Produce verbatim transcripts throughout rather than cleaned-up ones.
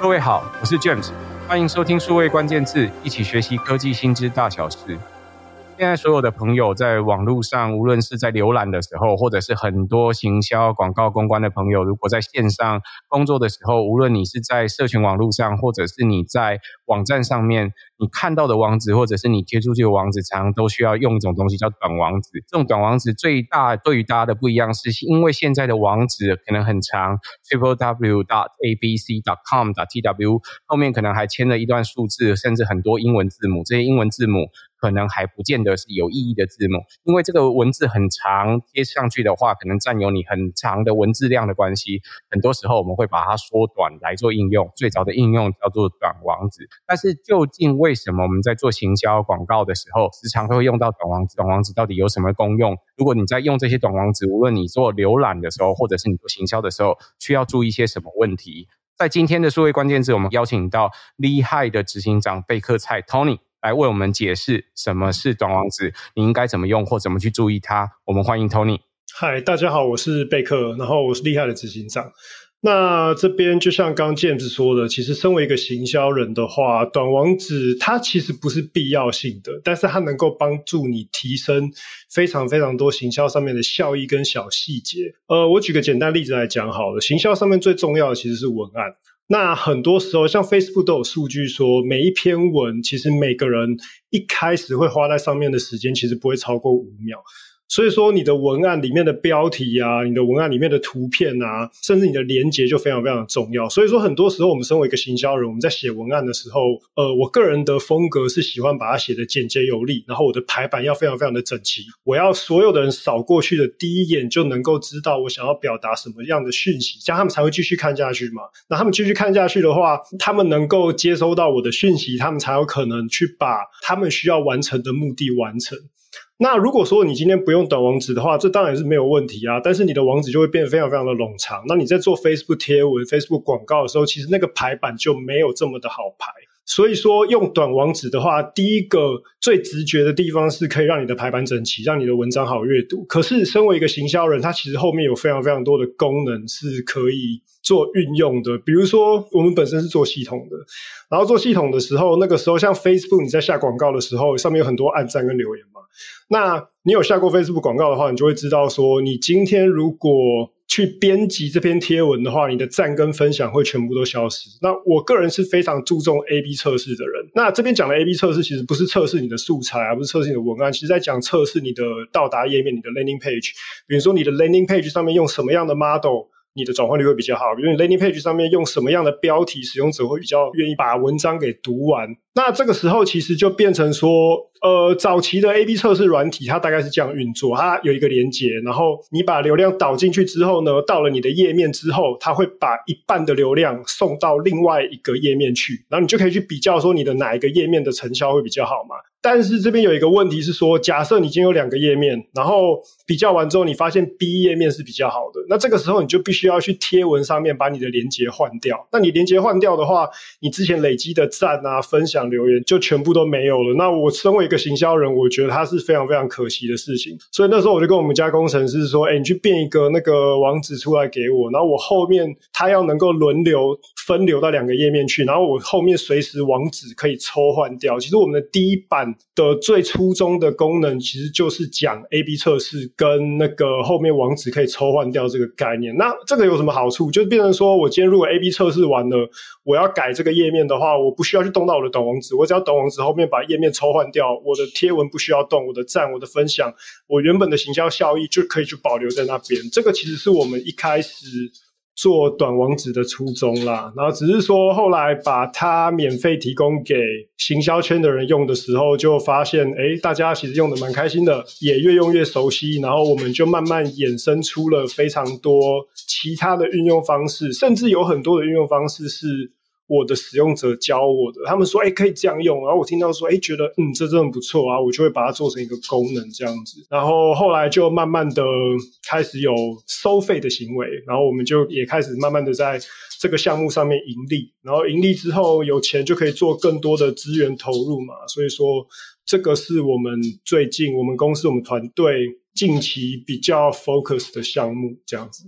各位好，我是 James， 欢迎收听数位关键字，一起学习科技新知大小事。现在所有的朋友在网络上，无论是在浏览的时候，或者是很多行销、广告、公关的朋友，如果在线上工作的时候，无论你是在社群网络上，或者是你在网站上面，你看到的网址，或者是你贴出去的网址，常常都需要用一种东西叫短网址。这种短网址最大对于大家的不一样，是因为现在的网址可能很长 triple w dot a b c dot com dot t w 后面可能还签了一段数字，甚至很多英文字母，这些英文字母可能还不见得是有意义的字母，因为这个文字很长，贴上去的话可能占有你很长的文字量的关系，很多时候我们会把它缩短来做应用，最早的应用叫做短网址。但是究竟为什么我们在做行销广告的时候时常会用到短网址？短网址到底有什么功用？如果你在用这些短网址，无论你做浏览的时候，或者是你做行销的时候，需要注意一些什么问题？在今天的数位关键字，我们邀请到厉害的执行长贝克蔡 Tony来为我们解释什么是短网址，你应该怎么用或怎么去注意它。我们欢迎 Tony。 嗨，大家好，我是贝克，然后我是厉害的执行长。那这边就像刚 James 说的，其实身为一个行销人的话，短网址它其实不是必要性的，但是它能够帮助你提升非常非常多行销上面的效益跟小细节。呃，我举个简单例子来讲好了，行销上面最重要的其实是文案。那很多时候像 Facebook 都有数据说，每一篇文其实每个人一开始会花在上面的时间其实不会超过五秒。所以说你的文案里面的标题啊，你的文案里面的图片啊，甚至你的连结就非常非常的重要。所以说很多时候我们身为一个行销人，我们在写文案的时候，呃，我个人的风格是喜欢把它写得简洁有力，然后我的排版要非常非常的整齐，我要所有的人扫过去的第一眼就能够知道我想要表达什么样的讯息，这样他们才会继续看下去嘛。那他们继续看下去的话，他们能够接收到我的讯息，他们才有可能去把他们需要完成的目的完成。那如果说你今天不用短网址的话，这当然是没有问题啊，但是你的网址就会变得非常非常的冗长。那你在做 Facebook 贴文 Facebook 广告的时候，其实那个排版就没有这么的好排。所以说用短网址的话，第一个最直觉的地方是可以让你的排版整齐，让你的文章好阅读。可是身为一个行销人，他其实后面有非常非常多的功能是可以做运用的。比如说我们本身是做系统的，然后做系统的时候，那个时候像 Facebook 你在下广告的时候，上面有很多按赞跟留言嘛。那你有下过 Facebook 广告的话，你就会知道说，你今天如果去编辑这篇贴文的话，你的赞跟分享会全部都消失。那我个人是非常注重 A B 测试的人。那这边讲的 A B 测试其实不是测试你的素材啊，不是测试你的文案，其实在讲测试你的到达页面，你的 landing page。比如说你的 landing page 上面用什么样的 model，你的转换率会比较好。比如你 landing page 上面用什么样的标题，使用者会比较愿意把文章给读完。那这个时候其实就变成说，呃，早期的 A B 测试软体它大概是这样运作，它有一个连结，然后你把流量导进去之后呢，到了你的页面之后，它会把一半的流量送到另外一个页面去，然后你就可以去比较说你的哪一个页面的成效会比较好嘛。但是这边有一个问题是说，假设你今天有两个页面，然后比较完之后你发现 B 页面是比较好的，那这个时候你就必须要去贴文上面把你的连结换掉。那你连结换掉的话，你之前累积的赞啊、分享、留言就全部都没有了。那我身为一个行销人，我觉得它是非常非常可惜的事情。所以那时候我就跟我们家工程师说，诶，你去变一个那个网址出来给我，然后我后面它要能够轮流分流到两个页面去，然后我后面随时网址可以抽换掉。其实我们的第一版的最初衷的功能其实就是讲 A B 测试跟那个后面网址可以抽换掉这个概念。那这个有什么好处？就变成说我今天如果 A B 测试完了，我要改这个页面的话，我不需要去动到我的短网址，我只要短网址后面把页面抽换掉，我的贴文不需要动，我的赞、我的分享，我原本的行销效益就可以去保留在那边。这个其实是我们一开始做短网址的初衷啦，然后只是说后来把它免费提供给行销圈的人用的时候，就发现诶大家其实用的蛮开心的，也越用越熟悉，然后我们就慢慢衍生出了非常多其他的运用方式，甚至有很多的运用方式是我的使用者教我的，他们说诶可以这样用，然后我听到说诶觉得嗯这真的不错啊，我就会把它做成一个功能这样子。然后后来就慢慢的开始有收费的行为，然后我们就也开始慢慢的在这个项目上面盈利，然后盈利之后有钱就可以做更多的资源投入嘛，所以说这个是我们最近我们公司我们团队近期比较 focus 的项目这样子。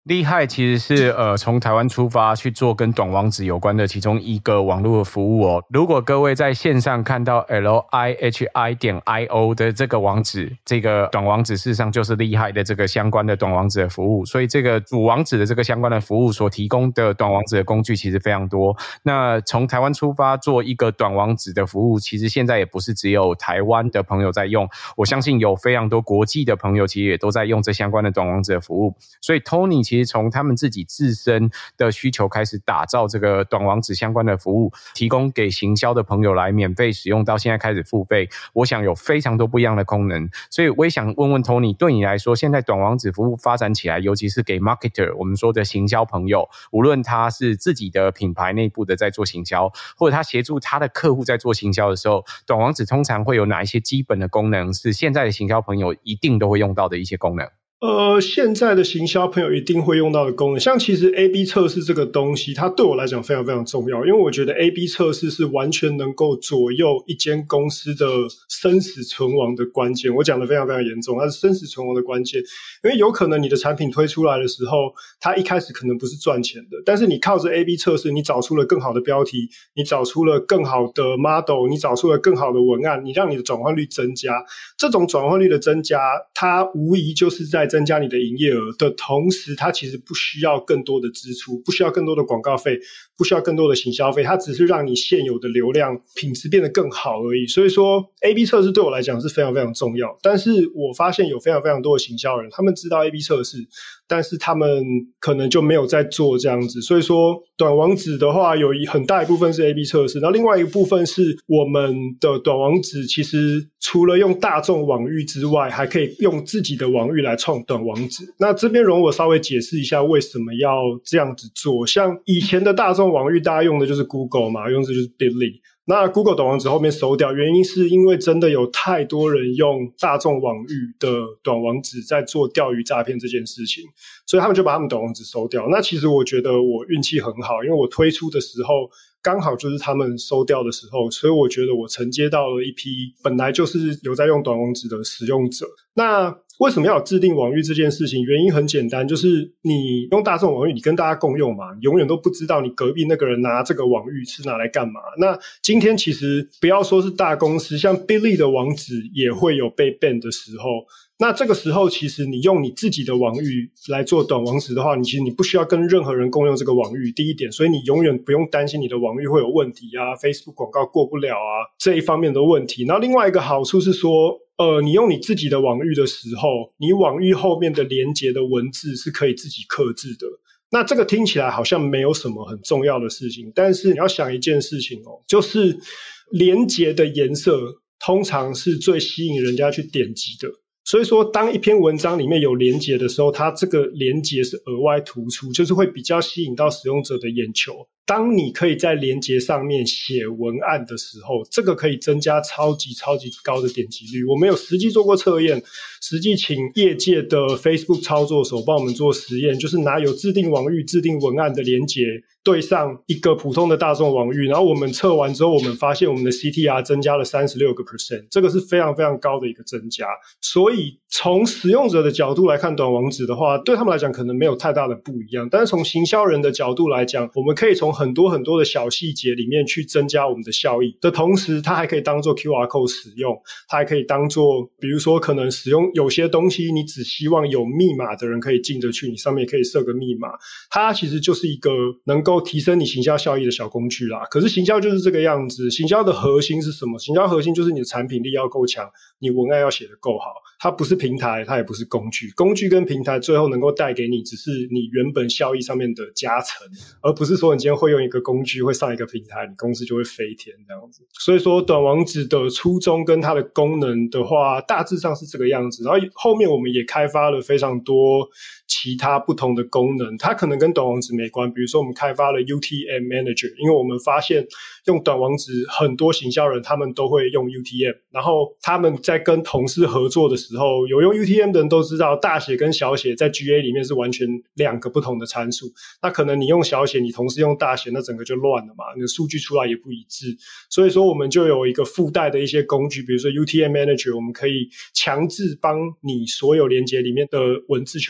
厉害其实是呃从台湾出发去做跟短网址有关的其中一个网络的服务哦。如果各位在线上看到 L I H I 点 I O 的这个网址，这个短网址事实上就是厉害的这个相关的短网址的服务，所以这个主网址的这个相关的服务所提供的短网址的工具其实非常多。那从台湾出发做一个短网址的服务，其实现在也不是只有台湾的朋友在用，我相信有非常多国际的朋友其实也都在用这相关的短网址的服务。所以 Tony 其实从他们自己自身的需求开始打造这个短网址相关的服务，提供给行销的朋友来免费使用，到现在开始付费，我想有非常多不一样的功能。所以我也想问问 Tony， 对你来说现在短网址服务发展起来，尤其是给 marketer 我们说的行销朋友，无论他是自己的品牌内部的在做行销，或者他协助他的客户在做行销的时候，短网址通常会有哪一些基本的功能是现在的行销朋友一定都会用到的一些功能？ 呃，现在的行销朋友一定会用到的功能，像其实 A B 测试这个东西，它对我来讲非常非常重要，因为我觉得 A B 测试是完全能够左右一间公司的生死存亡的关键。我讲的非常非常严重，它是生死存亡的关键，因为有可能你的产品推出来的时候，它一开始可能不是赚钱的，但是你靠着 A B 测试，你找出了更好的标题，你找出了更好的 model， 你找出了更好的文案，你让你的转换率增加。这种转换率的增加，它无疑就是在增加你的营业额的同时，它其实不需要更多的支出，不需要更多的广告费，不需要更多的行销费，它只是让你现有的流量品质变得更好而已。所以说 A B 测试对我来讲是非常非常重要，但是我发现有非常非常多的行销人，他们知道 A B 测试，但是他们可能就没有在做这样子。所以说短网址的话，有很大一部分是 A B 测试，然后另外一个部分是我们的短网址其实除了用大众网域之外，还可以用自己的网域来创短网址。那这边容我稍微解释一下为什么要这样子做。像以前的大众网域大家用的就是 Google 嘛，用的就是 Bitly， 那 Google 短网址后面收掉，原因是因为真的有太多人用大众网域的短网址在做钓鱼诈骗这件事情，所以他们就把他们短网址收掉。那其实我觉得我运气很好，因为我推出的时候刚好就是他们收掉的时候，所以我觉得我承接到了一批本来就是有在用短网址的使用者。那为什么要有制定网域这件事情？原因很简单，就是你用大众网域，你跟大家共用嘛，你永远都不知道你隔壁那个人拿这个网域是拿来干嘛。那今天其实不要说是大公司，像 Bitly 的网址也会有被 ban 的时候。那这个时候其实你用你自己的网域来做短网址的话，你其实你不需要跟任何人共用这个网域，第一点，所以你永远不用担心你的网域会有问题啊， Facebook 广告过不了啊，这一方面的问题。然后另外一个好处是说呃，你用你自己的网域的时候，你网域后面的连结的文字是可以自己客制的。那这个听起来好像没有什么很重要的事情，但是你要想一件事情哦，就是连结的颜色通常是最吸引人家去点击的。所以说当一篇文章里面有连结的时候，它这个连结是额外突出，就是会比较吸引到使用者的眼球。当你可以在连结上面写文案的时候，这个可以增加超级超级高的点击率。我们有实际做过测验，实际请业界的 Facebook 操作手帮我们做实验，就是拿有制定网域制定文案的连结对上一个普通的大众网域，然后我们测完之后，我们发现我们的 C T R 增加了 百分之三十六， 这个是非常非常高的一个增加。所以从使用者的角度来看短网址的话，对他们来讲可能没有太大的不一样，但是从行销人的角度来讲，我们可以从很多很多的小细节里面去增加我们的效益的同时，它还可以当做 Q R code 使用，它还可以当做比如说可能使用有些东西你只希望有密码的人可以进得去，你上面可以设个密码，它其实就是一个能够提升你行销效益的小工具啦。可是行销就是这个样子，行销的核心是什么？行销核心就是你的产品力要够强，你文案要写得够好，它不是平台，它也不是工具，工具跟平台最后能够带给你只是你原本效益上面的加成，而不是说你今天会用一个工具会上一个平台，你公司就会飞天这样子。所以说短网址的初衷跟它的功能的话大致上是这个样子，然后后面我们也开发了非常多其他不同的功能，它可能跟短网址没关，比如说我们开发了 U T M Manager， 因为我们发现用短网址很多行销人他们都会用 U T M， 然后他们在跟同事合作的时候，有用 U T M 的人都知道大写跟小写在 G A 里面是完全两个不同的参数，那可能你用小写你同事用大写，那整个就乱了嘛，你的数据出来也不一致。所以说我们就有一个附带的一些工具，比如说 U T M Manager， 我们可以强制帮你所有连结里面的文字全部都小写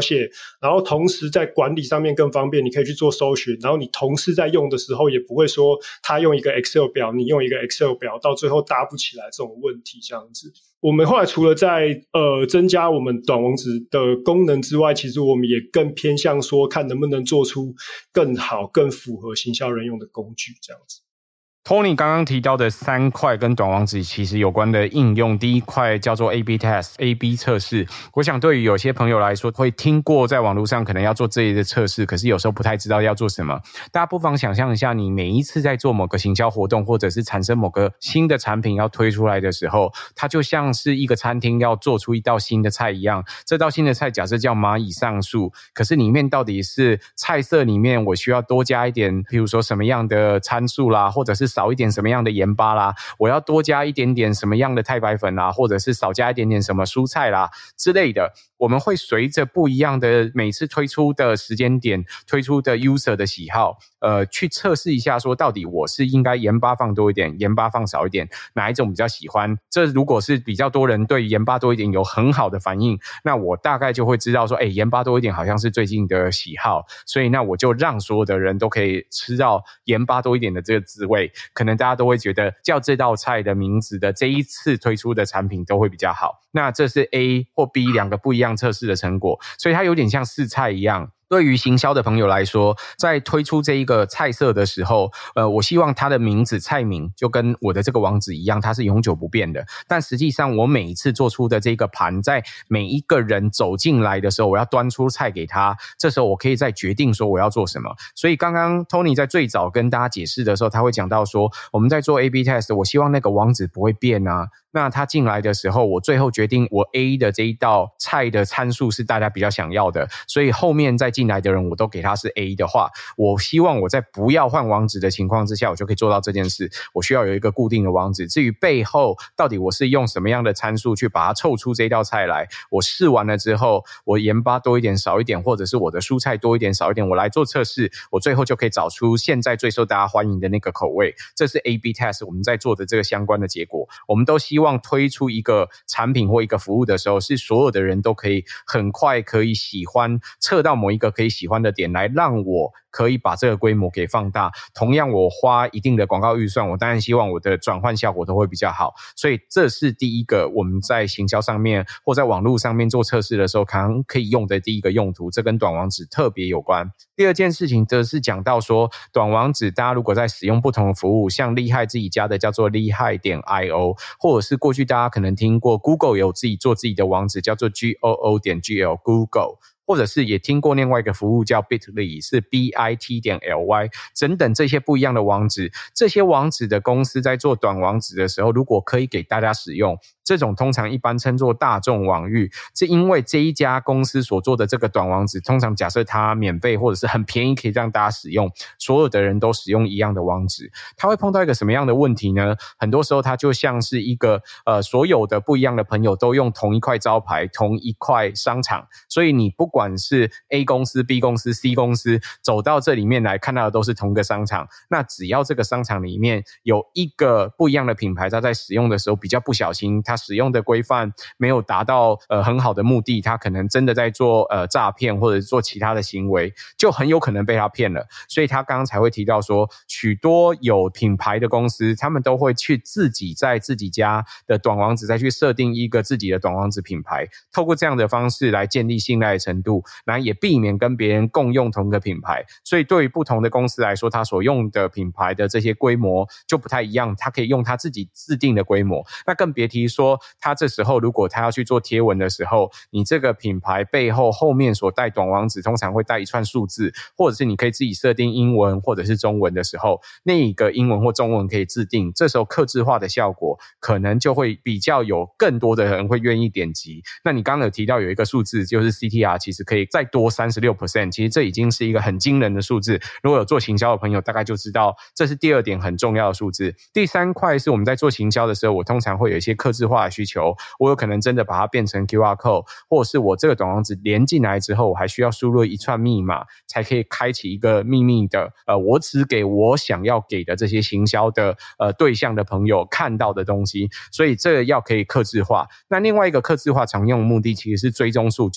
写，然后同时在管理上面更方便，你可以去做搜寻，然后你同事在用的时候也不会说他用一个 Excel 表，你用一个 Excel 表，到最后搭不起来这种问题这样子。我们后来除了在呃增加我们短网址的功能之外，其实我们也更偏向说看能不能做出更好更符合行销人用的工具这样子。 Tony 刚刚提到的三块跟短网址其实有关的应用，第一块叫做 A B test A B 测试。我想对于有些朋友来说会听过在网络上可能要做这类的测试，可是有时候不太知道要做什么。大家不妨想象一下，你每一次在做某个行销活动或者是产生某个新的产品要推出来的时候，它就像是一个餐厅要做出一道新的菜一样。这道新的菜假设叫蚂蚁上树，可是里面到底是菜色里面我需要多加一点譬如说什么样的参数啦，或者是少一点什么样的盐巴啦，我要多加一点点什么样的太白粉啦，或者是少加一点点什么蔬菜啦之类的。我们会随着不一样的每次推出的时间点，推出的 user 的喜好，呃，去测试一下说到底我是应该盐巴放多一点，盐巴放少一点，哪一种比较喜欢。这如果是比较多人对盐巴多一点有很好的反应，那我大概就会知道说，诶，盐巴多一点好像是最近的喜好，所以那我就让所有的人都可以吃到盐巴多一点的这个滋味。可能大家都会觉得叫这道菜的名字的这一次推出的产品都会比较好。那这是 A 或 B 两个不一样测试的成果，所以它有点像试菜一样。对于行销的朋友来说，在推出这一个菜色的时候，呃，我希望它的名字菜名就跟我的这个网址一样，它是永久不变的。但实际上我每一次做出的这个盘，在每一个人走进来的时候，我要端出菜给他，这时候我可以再决定说我要做什么。所以刚刚 Tony 在最早跟大家解释的时候，他会讲到说，我们在做 A B test， 我希望那个网址不会变啊。那他进来的时候，我最后决定我 A 的这一道菜的参数是大家比较想要的，所以后面再进来的人我都给他是 A 的话，我希望我在不要换网址的情况之下，我就可以做到这件事。我需要有一个固定的网址，至于背后到底我是用什么样的参数去把它凑出这道菜来，我试完了之后，我盐巴多一点少一点，或者是我的蔬菜多一点少一点，我来做测试，我最后就可以找出现在最受大家欢迎的那个口味。这是 A B test 我们在做的这个相关的结果。我们都希望推出一个产品或一个服务的时候，是所有的人都可以很快可以喜欢，测到某一个可以喜欢的点来让我可以把这个规模给放大。同样我花一定的广告预算，我当然希望我的转换效果都会比较好。所以这是第一个我们在行销上面或在网络上面做测试的时候可能可以用的第一个用途，这跟短网址特别有关。第二件事情则是讲到说，短网址大家如果在使用不同的服务，像厉害自己家的叫做厉害点 I O， 或者是过去大家可能听过 Google 有自己做自己的网址叫做 G O O 点 G L Google，或者是也听过另外一个服务叫 Bitly， 是 B I T 点 L Y， 等等这些不一样的网址。这些网址的公司在做短网址的时候，如果可以给大家使用，这种通常一般称作大众网域，是因为这一家公司所做的这个短网址，通常假设它免费或者是很便宜可以让大家使用，所有的人都使用一样的网址，它会碰到一个什么样的问题呢？很多时候它就像是一个呃，所有的不一样的朋友都用同一块招牌，同一块商场，所以你不管是 A 公司 B 公司 C 公司走到这里面来看到的都是同一个商场，那只要这个商场里面有一个不一样的品牌，它在使用的时候比较不小心，它使用的规范没有达到呃很好的目的，它可能真的在做呃诈骗或者做其他的行为，就很有可能被他骗了。所以他刚刚才会提到说，许多有品牌的公司他们都会去自己在自己家的短网址再去设定一个自己的短网址品牌，透过这样的方式来建立信赖的程度，然后也避免跟别人共用同一个品牌。所以对于不同的公司来说，他所用的品牌的这些规模就不太一样，他可以用他自己制定的规模。那更别提说他这时候如果他要去做贴文的时候，你这个品牌背后后面所带短网址通常会带一串数字，或者是你可以自己设定英文或者是中文的时候，那个英文或中文可以自定，这时候客制化的效果可能就会比较有更多的人会愿意点击。那你刚刚有提到有一个数字就是 C T R 其实可以再多 百分之三十六， 其实这已经是一个很惊人的数字，如果有做行销的朋友大概就知道这是第二点很重要的数字。第三块是我们在做行销的时候，我通常会有一些客制化的需求，我有可能真的把它变成 Q R code， 或者是我这个短网址连进来之后，我还需要输入一串密码才可以开启一个秘密的呃，我只给我想要给的这些行销的呃对象的朋友看到的东西，所以这个要可以客制化。那另外一个客制化常用的目的其实是追踪数据。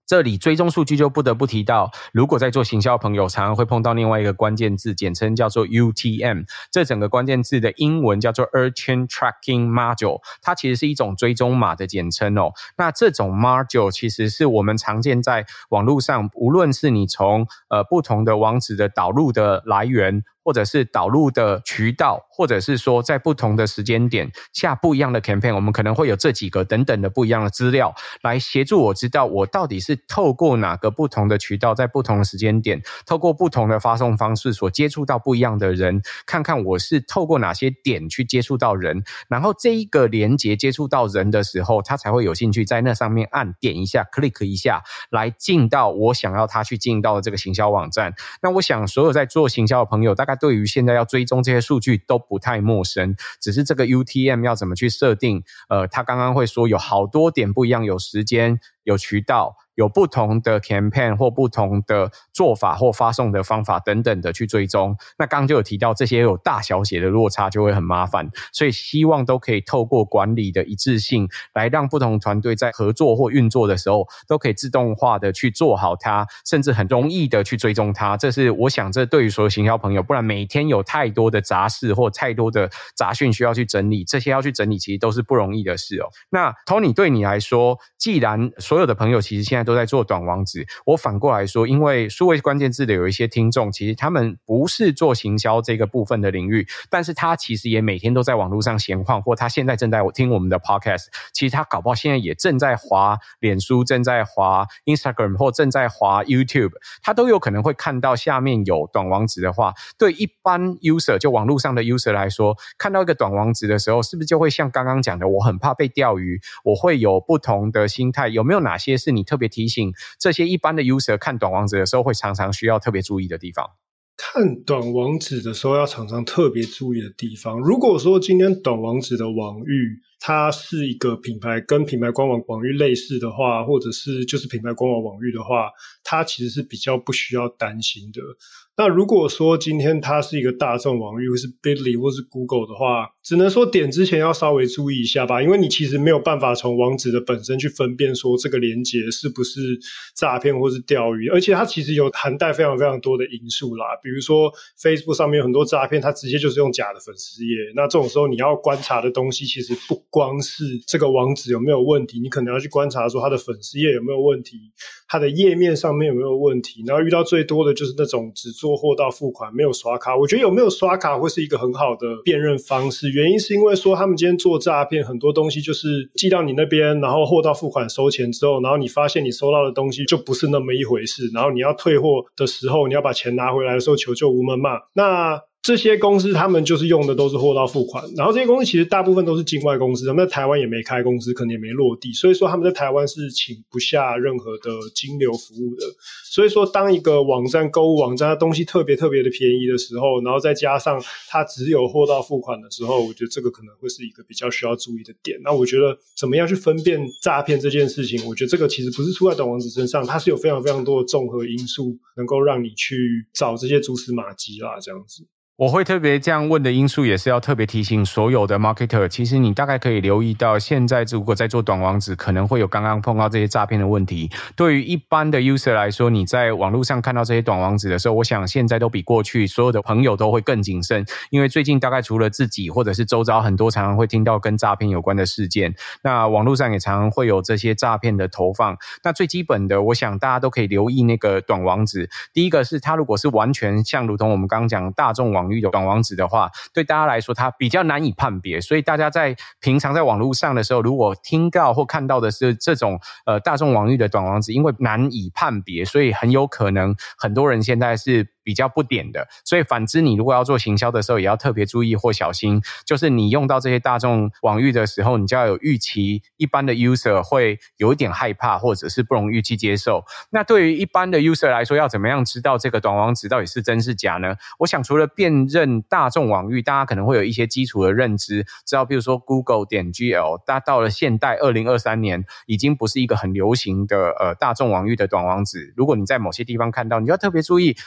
这里追踪数据就不得不提到，如果在做行销的朋友常常会碰到另外一个关键字，简称叫做 U T M， 这整个关键字的英文叫做 Urchin Tracking Module， 它其实是一种追踪码的简称哦。那这种 module 其实是我们常见在网络上，无论是你从呃不同的网址的导入的来源，或者是导入的渠道，或者是说在不同的时间点下不一样的 campaign， 我们可能会有这几个等等的不一样的资料来协助我知道我到底是透过哪个不同的渠道，在不同的时间点，透过不同的发送方式所接触到不一样的人，看看我是透过哪些点去接触到人，然后这一个连结接触到人的时候，他才会有兴趣在那上面按点一下 click 一下来进到我想要他去进到的这个行销网站。那我想所有在做行销的朋友大概对于现在要追踪这些数据都不太陌生，只是这个 U T M 要怎么去设定，呃，他刚刚会说有好多点不一样，有时间，有渠道，有不同的 campaign 或不同的做法或发送的方法等等的去追踪。那刚刚就有提到这些有大小写的落差就会很麻烦，所以希望都可以透过管理的一致性来让不同团队在合作或运作的时候都可以自动化的去做好它，甚至很容易的去追踪它。这是我想这对于所有行销朋友，不然每天有太多的杂事或太多的杂讯需要去整理，这些要去整理其实都是不容易的事哦。那 Tony 对你来说，既然所有的朋友其实现在都在做短网址，我反过来说，因为数位关键字的有一些听众其实他们不是做行销这个部分的领域，但是他其实也每天都在网络上闲晃，或他现在正在听我们的 podcast， 其实他搞不好现在也正在滑脸书，正在滑 Instagram 或正在滑 YouTube， 他都有可能会看到下面有短网址的话，对一般 user 就网络上的 user 来说，看到一个短网址的时候，是不是就会像刚刚讲的，我很怕被钓鱼，我会有不同的心态，有没有哪些是你特别提醒这些一般的 user 看短网址的时候会常常需要特别注意的地方？ 看短网址的时候要常常特别注意的地方，如果说今天短网址的网域它是一个品牌跟品牌官网网域类似的话，或者是就是品牌官网网域的话，它其实是比较不需要担心的。那如果说今天它是一个大众网域，或是 Bitly 或是 Google 的话，只能说点之前要稍微注意一下吧，因为你其实没有办法从网址的本身去分辨说这个连结是不是诈骗或是钓鱼，而且它其实有含带非常非常多的因素啦，比如说 Facebook 上面有很多诈骗，它直接就是用假的粉丝页，那这种时候你要观察的东西其实不光是这个网址有没有问题，你可能要去观察说它的粉丝页有没有问题，它的页面上面有没有问题，然后遇到最多的就是那种只做货到付款没有刷卡，我觉得有没有刷卡会是一个很好的辨认方式，原因是因为说他们今天做诈骗很多东西就是寄到你那边，然后货到付款收钱之后，然后你发现你收到的东西就不是那么一回事，然后你要退货的时候，你要把钱拿回来的时候求救无门嘛，那这些公司他们就是用的都是货到付款，然后这些公司其实大部分都是境外公司，他们在台湾也没开公司，可能也没落地，所以说他们在台湾是请不下任何的金流服务的。所以说当一个网站购物网站它东西特别特别的便宜的时候，然后再加上它只有货到付款的时候，我觉得这个可能会是一个比较需要注意的点。那我觉得怎么样去分辨诈骗这件事情，我觉得这个其实不是出在短网址身上，它是有非常非常多的综合因素能够让你去找这些蛛丝马迹啦，这样子。 我会特别这样问的因素也是要特别提醒所有的 marketer， 其实你大概可以留意到现在如果在做短网址可能会有刚刚碰到这些诈骗的问题，对于一般的 user 来说，你在网络上看到这些短网址的时候，我想现在都比过去所有的朋友都会更谨慎，因为最近大概除了自己或者是周遭很多常常会听到跟诈骗有关的事件，那网络上也常常会有这些诈骗的投放，那最基本的我想大家都可以留意那个短网址，第一个是它如果是完全像如同我们刚刚讲大众网域的短网址的话，对大家来说它比较难以判别，所以大家在平常在网络上的时候，如果听到或看到的是这种呃大众网域的短网址，因为难以判别，所以很有可能很多人现在是比较不点的，所以反之你如果要做行销的时候也要特别注意或小心，就是你用到这些大众网域的时候，你就要有预期一般的 user 会有一点害怕或者是不容易去接受。那对于一般的 user 来说，要怎么样知道这个短网址到底是真是假呢？我想除了辨认大众网域，大家可能会有一些基础的认知，知道比如说 Google 点 G L， 大家到了现代二零二三年已经不是一个很流行的呃大众网域的短网址，如果你在某些地方看到，你就要特别注意，诶这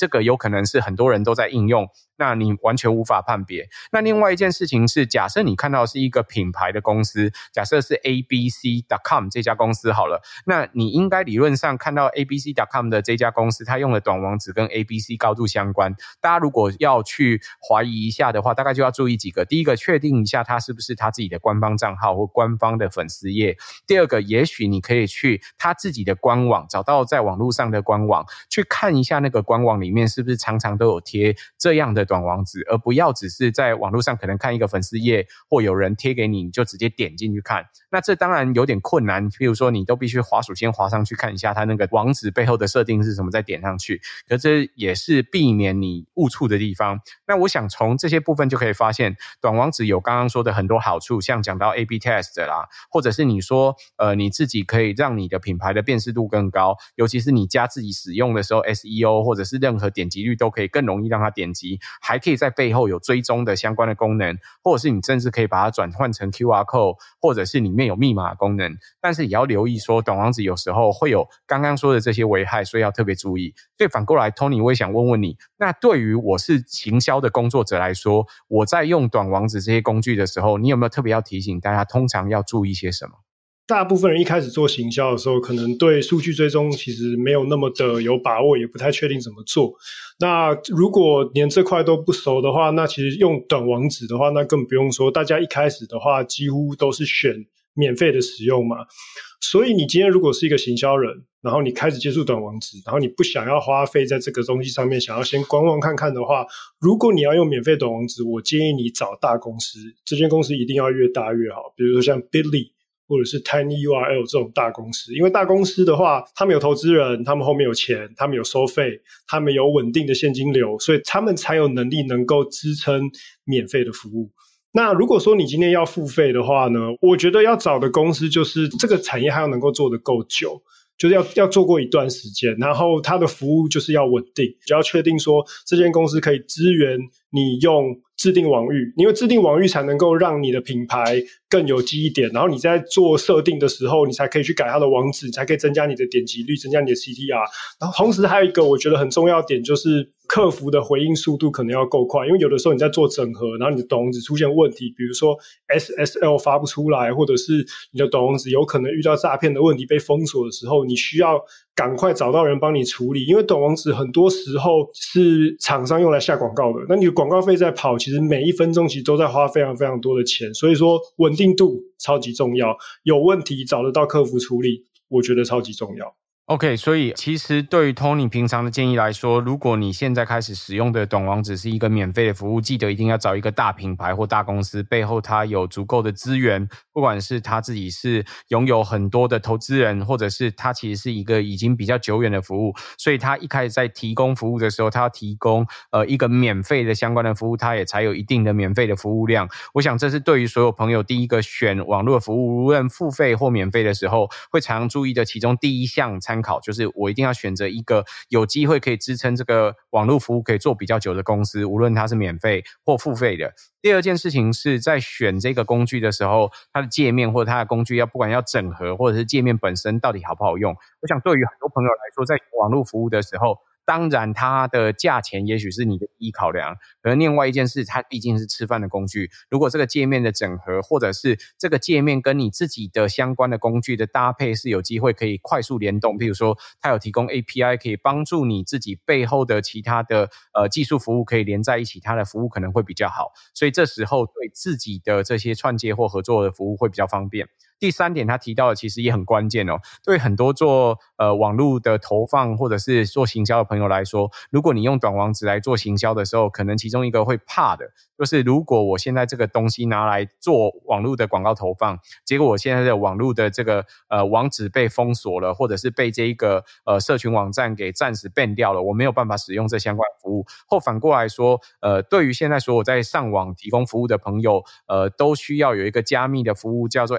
个有可能是很多人都在应用，那你完全无法判别。那另外一件事情是，假设你看到的是一个品牌的公司，假设是 A B C 点 com 这家公司好了，那你应该理论上看到 A B C 点 com 的这家公司，它用的短网址跟 A B C 高度相关。大家如果要去怀疑一下的话，大概就要注意几个。第一个，确定一下它是不是他自己的官方账号或官方的粉丝页。第二个，也许你可以去他自己的官网，找到在网络上的官网，去看一下那个官网里面是不是常常都有贴这样的短网址，而不要只是在网络上可能看一个粉丝页或有人贴给你，你就直接点进去看。那这当然有点困难，譬如说你都必须滑鼠先滑上去看一下它那个网址背后的设定是什么，再点上去。可这也是避免你误触的地方。那我想从这些部分就可以发现，短网址有刚刚说的很多好处，像讲到 A B test 啦，或者是你说呃你自己可以让你的品牌的辨识度更高，尤其是你加自己使用的时候 S E O 或者是任何点击率都可以更容易让它点击，还可以在背后有追踪的相关的功能，或者是你甚至可以把它转换成 Q R code， 或者是里面有密码功能。但是也要留意说，短网址有时候会有刚刚说的这些危害，所以要特别注意。所以反过来 Tony 我也想问问你，那对于我是行销的工作者来说，我在用短网址这些工具的时候，你有没有特别要提醒大家通常要注意些什么？ 大部分人一开始做行销的时候，可能对数据追踪其实没有那么的有把握，也不太确定怎么做。那如果连这块都不熟的话，那其实用短网址的话，那更不用说，大家一开始的话几乎都是选免费的使用嘛。所以你今天如果是一个行销人，然后你开始接触短网址，然后你不想要花费在这个东西上面，想要先观望看看的话，如果你要用免费短网址，我建议你找大公司，这间公司一定要越大越好，比如说像 Bitly或者是 TinyURL 这种大公司。因为大公司的话，他们有投资人，他们后面有钱，他们有收费，他们有稳定的现金流，所以他们才有能力能够支撑免费的服务。那如果说你今天要付费的话呢，我觉得要找的公司就是这个产业还要能够做得够久，就是要要做过一段时间，然后它的服务就是要稳定，就要确定说这间公司可以支援你用制定网域，因为制定网域才能够让你的品牌更有记忆点，然后你在做设定的时候，你才可以去改它的网址，才可以增加你的点击率，增加你的 C T R。 然后同时还有一个我觉得很重要的点，就是客服的回应速度可能要够快，因为有的时候你在做整合，然后你的短网址出现问题，比如说 S S L 发不出来，或者是你的短网址有可能遇到诈骗的问题被封锁的时候，你需要赶快找到人帮你处理。因为短网址很多时候是厂商用来下广告的，那你的广告费在跑，其实每一分钟其实都在花非常非常多的钱，所以说稳定度超级重要，有问题找得到客服处理，我觉得超级重要。 OK， 所以其实对于 Tony 平常的建议来说，如果你现在开始使用的短网址是一个免费的服务，记得一定要找一个大品牌或大公司，背后它有足够的资源，不管是他自己是拥有很多的投资人，或者是他其实是一个已经比较久远的服务，所以他一开始在提供服务的时候，他要提供呃一个免费的相关的服务，他也才有一定的免费的服务量。我想这是对于所有朋友第一个选网络服务，无论付费或免费的时候，会常常注意的其中第一项参考，就是我一定要选择一个有机会可以支撑这个网络服务可以做比较久的公司，无论它是免费或付费的。第二件事情是在选这个工具的时候，它的界面或者它的工具要不管要整合，或者是界面本身到底好不好用。我想对于很多朋友来说，在网络服务的时候，当然它的价钱也许是你的第一考量，可是另外一件事，它毕竟是吃饭的工具，如果这个界面的整合，或者是这个界面跟你自己的相关的工具的搭配是有机会可以快速联动，譬如说它有提供 A P I 可以帮助你自己背后的其他的呃技术服务可以连在一起，它的服务可能会比较好，所以这时候对自己的这些串接或合作的服务会比较方便。第三点他提到的其实也很关键哦，对很多做呃网络的投放或者是做行销的朋友来说，如果你用短网址来做行销的时候，可能其中一个会怕的就是如果我现在这个东西拿来做网络的广告投放，结果我现在的网络的这个呃网址被封锁了，或者是被这一个呃社群网站给暂时 ban 掉了，我没有办法使用这相关服务。或反过来说，呃对于现在所有在上网提供服务的朋友，呃都需要有一个加密的服务叫做 H T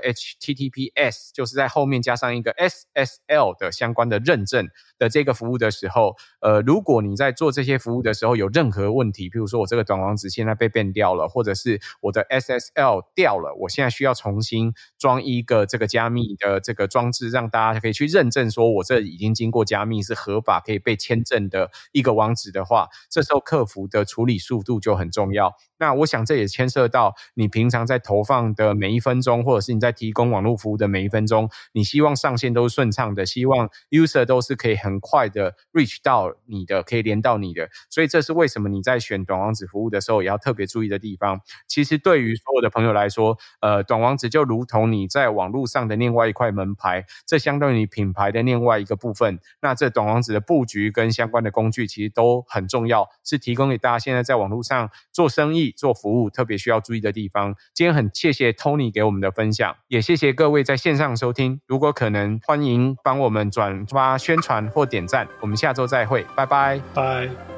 H T T P S 就是在后面加上一个 S S L 的相关的认证的这个服务的时候，呃，如果你在做这些服务的时候有任何问题，比如说我这个短网址现在被变掉了，或者是我的 S S L 掉了，我现在需要重新装一个这个加密的这个装置，让大家可以去认证说我这已经经过加密是合法可以被签证的一个网址的话，这时候客服的处理速度就很重要。那我想这也牵涉到你平常在投放的每一分钟，或者是你在提供网络服务的每一分钟，你希望上线都是顺畅的，希望 user 都是可以很快的 reach 到你的，可以连到你的，所以这是为什么你在选短网址服务的时候也要特别注意的地方。其实对于所有的朋友来说，呃，短网址就如同你在网络上的另外一块门牌，这相当于你品牌的另外一个部分。那这短网址的布局跟相关的工具其实都很重要，是提供给大家现在在网络上做生意做服务特别需要注意的地方。今天很谢谢 Tony 给我们的分享，也谢谢各位在线上收听，如果可能欢迎帮我们转发宣传或点赞，我们下周再会，拜拜。 拜。